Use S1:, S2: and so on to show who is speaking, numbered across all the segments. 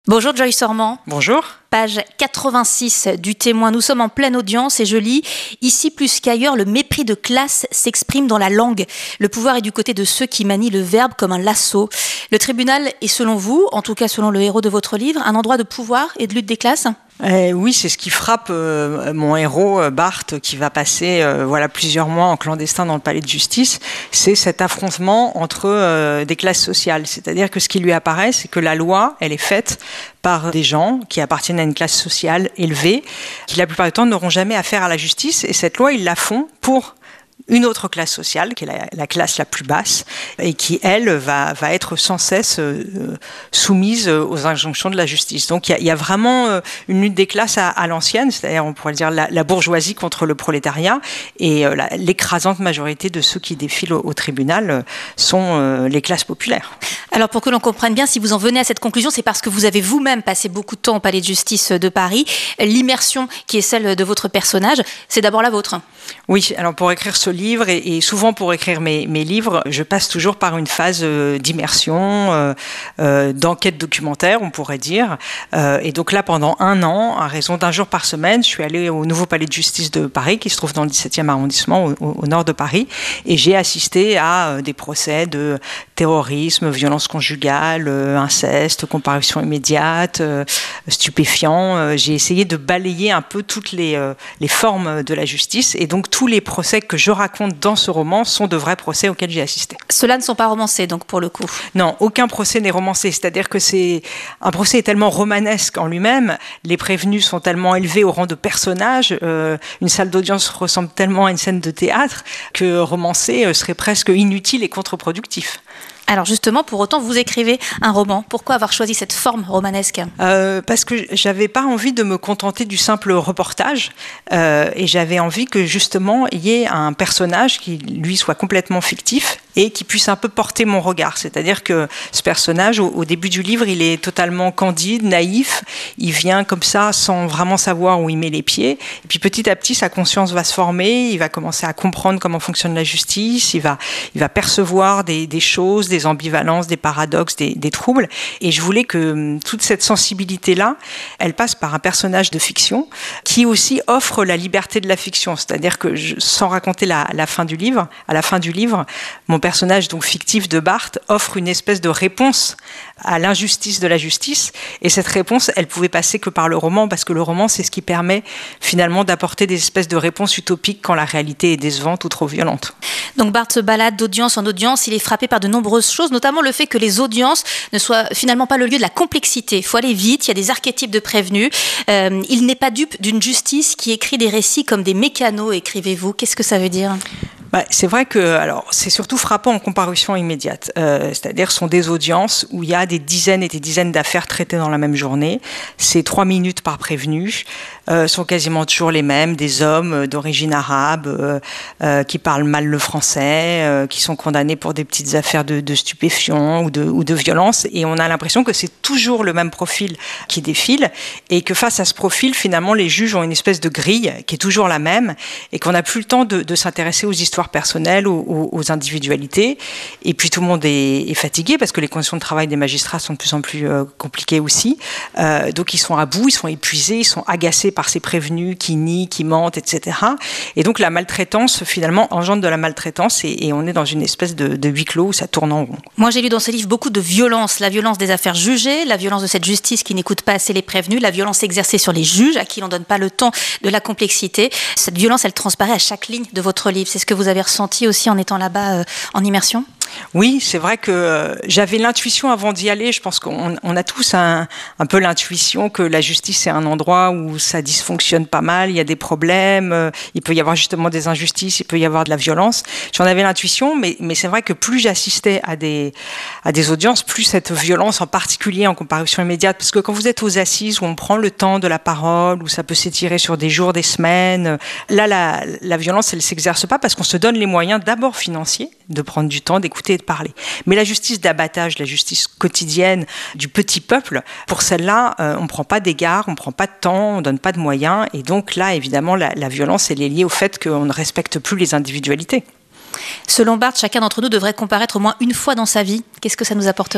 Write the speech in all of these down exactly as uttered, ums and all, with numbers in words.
S1: Bonjour Joyce Ormand.
S2: Bonjour.
S1: Page quatre-vingt-six du Témoin. Nous sommes en pleine audience et je lis « Ici plus qu'ailleurs, le mépris de classe s'exprime dans la langue. Le pouvoir est du côté de ceux qui manient le verbe comme un lasso. Le tribunal est selon vous, en tout cas selon le héros de votre livre, un endroit de pouvoir et de lutte des classes ?»
S2: Eh oui, c'est ce qui frappe euh, mon héros Bart, qui va passer euh, voilà plusieurs mois en clandestin dans le palais de justice. C'est cet affrontement entre euh, des classes sociales. C'est-à-dire que ce qui lui apparaît, c'est que la loi, elle est faite par des gens qui appartiennent à une classe sociale élevée, qui la plupart du temps n'auront jamais affaire à la justice. Et cette loi, ils la font pour une autre classe sociale, qui est la, la classe la plus basse, et qui, elle, va, va être sans cesse euh, soumise aux injonctions de la justice. Donc il y, y a vraiment euh, une lutte des classes à, à l'ancienne, c'est-à-dire, on pourrait dire, la, la bourgeoisie contre le prolétariat, et euh, la, l'écrasante majorité de ceux qui défilent au, au tribunal euh, sont euh, les classes populaires.
S1: Alors pour que l'on comprenne bien, si vous en venez à cette conclusion, c'est parce que vous avez vous-même passé beaucoup de temps au palais de justice de Paris. L'immersion qui est celle de votre personnage, c'est d'abord la vôtre.
S2: Oui, alors pour écrire ce livre, et, et souvent pour écrire mes, mes livres, je passe toujours par une phase euh, d'immersion, euh, euh, d'enquête documentaire, on pourrait dire. Euh, et donc là, pendant un an, à raison d'un jour par semaine, je suis allée au nouveau palais de justice de Paris, qui se trouve dans le dix-septième arrondissement, au, au nord de Paris, et j'ai assisté à des procès de terrorisme, violence conjugale, euh, inceste, comparution immédiate, euh, stupéfiants. Euh, j'ai essayé de balayer un peu toutes les, euh, les formes de la justice, et donc tous les procès que je raconte dans ce roman sont de vrais procès auxquels j'ai assisté.
S1: Ceux-là ne sont pas romancés, donc, pour le coup?
S2: Non, aucun procès n'est romancé. C'est-à-dire que c'est un procès est tellement romanesque en lui-même, les prévenus sont tellement élevés au rang de personnages, euh, une salle d'audience ressemble tellement à une scène de théâtre que romancer serait presque inutile et contre-productif.
S1: Alors justement, pour autant, vous écrivez un roman. Pourquoi avoir choisi cette forme romanesque ?
S2: euh, Parce que j'avais pas envie de me contenter du simple reportage, euh, et j'avais envie que justement il y ait un personnage qui lui soit complètement fictif et qui puisse un peu porter mon regard. C'est-à-dire que ce personnage, au, au début du livre, il est totalement candide, naïf, il vient comme ça sans vraiment savoir où il met les pieds, et puis petit à petit sa conscience va se former, il va commencer à comprendre comment fonctionne la justice, il va, il va percevoir des, des choses, des ambivalences, des paradoxes, des, des troubles, et je voulais que toute cette sensibilité-là, elle passe par un personnage de fiction qui aussi offre la liberté de la fiction. C'est-à-dire que, je, sans raconter la, la fin du livre, à la fin du livre, mon personnage donc fictif de Bart offre une espèce de réponse à l'injustice de la justice, et cette réponse, elle pouvait passer que par le roman, parce que le roman, c'est ce qui permet finalement d'apporter des espèces de réponses utopiques quand la réalité est décevante ou trop violente.
S1: Donc Bart se balade d'audience en audience, il est frappé par de nombreuses choses, notamment le fait que les audiences ne soient finalement pas le lieu de la complexité. Il faut aller vite, il y a des archétypes de prévenus. Euh, il n'est pas dupe d'une justice qui écrit des récits comme des mécanos, écrivez-vous. Qu'est-ce que ça veut dire ?
S2: Bah, c'est vrai que alors c'est surtout frappant en comparution immédiate, euh, c'est-à-dire ce sont des audiences où il y a des dizaines et des dizaines d'affaires traitées dans la même journée. C'est trois minutes par prévenu, euh, sont quasiment toujours les mêmes, des hommes d'origine arabe euh, euh, qui parlent mal le français, euh, qui sont condamnés pour des petites affaires de, de stupéfiants ou de, ou de violence, et on a l'impression que c'est toujours le même profil qui défile, et que face à ce profil, finalement, les juges ont une espèce de grille qui est toujours la même, et qu'on n'a plus le temps de, de s'intéresser aux histoires personnelles, aux, aux individualités, et puis tout le monde est, est fatigué parce que les conditions de travail des magistrats sont de plus en plus euh, compliquées aussi, euh, donc ils sont à bout, ils sont épuisés, ils sont agacés par ces prévenus qui nient, qui mentent, et cetera. Et donc la maltraitance finalement engendre de la maltraitance, et, et on est dans une espèce de, de huis clos où ça tourne en rond.
S1: Moi j'ai lu dans ce livre beaucoup de violence, la violence des affaires jugées, la violence de cette justice qui n'écoute pas assez les prévenus, la violence exercée sur les juges à qui l'on ne donne pas le temps de la complexité. Cette violence, elle transparaît à chaque ligne de votre livre. C'est ce que vous avez ressenti aussi en étant là-bas euh, en immersion ?
S2: Oui, c'est vrai que euh, j'avais l'intuition avant d'y aller. Je pense qu'on on a tous un, un peu l'intuition que la justice, c'est un endroit où ça dysfonctionne pas mal, il y a des problèmes, euh, il peut y avoir justement des injustices, il peut y avoir de la violence. J'en avais l'intuition, mais, mais c'est vrai que plus j'assistais à des, à des audiences, plus cette violence, en particulier en comparution immédiate, parce que quand vous êtes aux assises, où on prend le temps de la parole, où ça peut s'étirer sur des jours, des semaines, là, la, la violence, elle s'exerce pas parce qu'on se donne les moyens, d'abord financiers, de prendre du temps, d'écouter et de parler. Mais la justice d'abattage, la justice quotidienne du petit peuple, pour celle-là, euh, on ne prend pas d'égard, on ne prend pas de temps, on ne donne pas de moyens. Et donc là, évidemment, la, la violence, elle est liée au fait qu'on ne respecte plus les individualités.
S1: Selon Bart, chacun d'entre nous devrait comparaître au moins une fois dans sa vie. Qu'est-ce que ça nous apporterait ?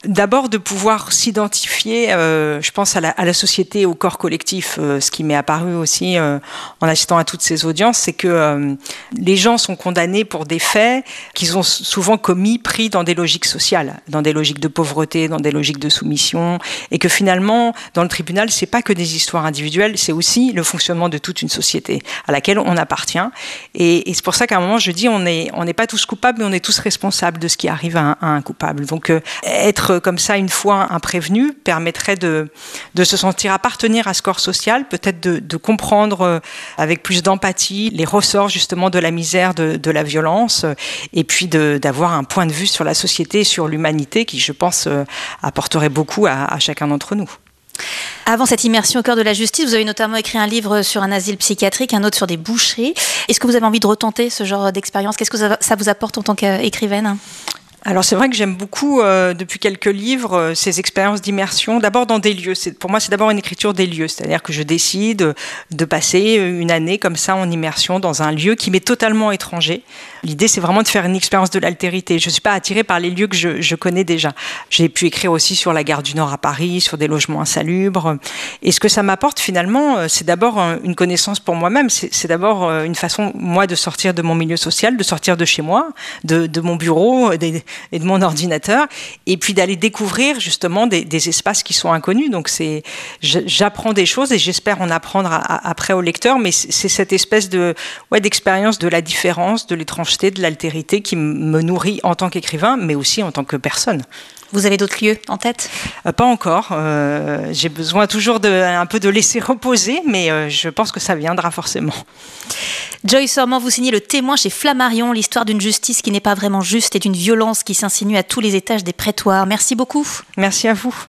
S2: D'abord de pouvoir s'identifier, euh, je pense à la, à la société, au corps collectif. Euh, ce qui m'est apparu aussi euh, en assistant à toutes ces audiences, c'est que euh, les gens sont condamnés pour des faits qu'ils ont souvent commis, pris dans des logiques sociales, dans des logiques de pauvreté, dans des logiques de soumission, et que finalement, dans le tribunal, c'est pas que des histoires individuelles, c'est aussi le fonctionnement de toute une société à laquelle on appartient. Et, et c'est pour ça qu'à un moment, je dis, on n'est on n'est pas tous coupables, mais on est tous responsables de ce qui arrive à un, à un coupable. Donc, euh, être comme ça une fois un prévenu permettrait de, de se sentir appartenir à ce corps social, peut-être de, de comprendre avec plus d'empathie les ressorts justement de la misère, de, de la violence, et puis de, d'avoir un point de vue sur la société, sur l'humanité qui, je pense, apporterait beaucoup à, à chacun d'entre nous.
S1: Avant cette immersion au cœur de la justice, vous avez notamment écrit un livre sur un asile psychiatrique, un autre sur des boucheries. Est-ce que vous avez envie de retenter ce genre d'expérience ? Qu'est-ce que ça vous apporte en tant qu'écrivaine ?
S2: Alors c'est vrai que j'aime beaucoup euh, depuis quelques livres euh, ces expériences d'immersion. D'abord dans des lieux. C'est, pour moi, c'est d'abord une écriture des lieux, c'est-à-dire que je décide de passer une année comme ça en immersion dans un lieu qui m'est totalement étranger. L'idée, c'est vraiment de faire une expérience de l'altérité. Je suis pas attirée par les lieux que je, je connais déjà. J'ai pu écrire aussi sur la gare du Nord à Paris, sur des logements insalubres. Et ce que ça m'apporte finalement, c'est d'abord une connaissance pour moi-même. C'est, c'est d'abord une façon moi de sortir de mon milieu social, de sortir de chez moi, de, de mon bureau, des et de mon ordinateur, et puis d'aller découvrir justement des, des espaces qui sont inconnus. Donc c'est, j'apprends des choses et j'espère en apprendre à, à, après au lecteur, mais c'est cette espèce de, ouais, d'expérience de la différence, de l'étrangeté, de l'altérité qui me nourrit en tant qu'écrivain, mais aussi en tant que personne.
S1: Vous avez d'autres lieux en tête ?
S2: euh, Pas encore. Euh, j'ai besoin toujours de, un peu de laisser reposer, mais euh, je pense que ça viendra forcément.
S1: Joyce Orman, vous signez Le Témoin chez Flammarion, l'histoire d'une justice qui n'est pas vraiment juste et d'une violence qui s'insinue à tous les étages des prétoires. Merci beaucoup.
S2: Merci à vous.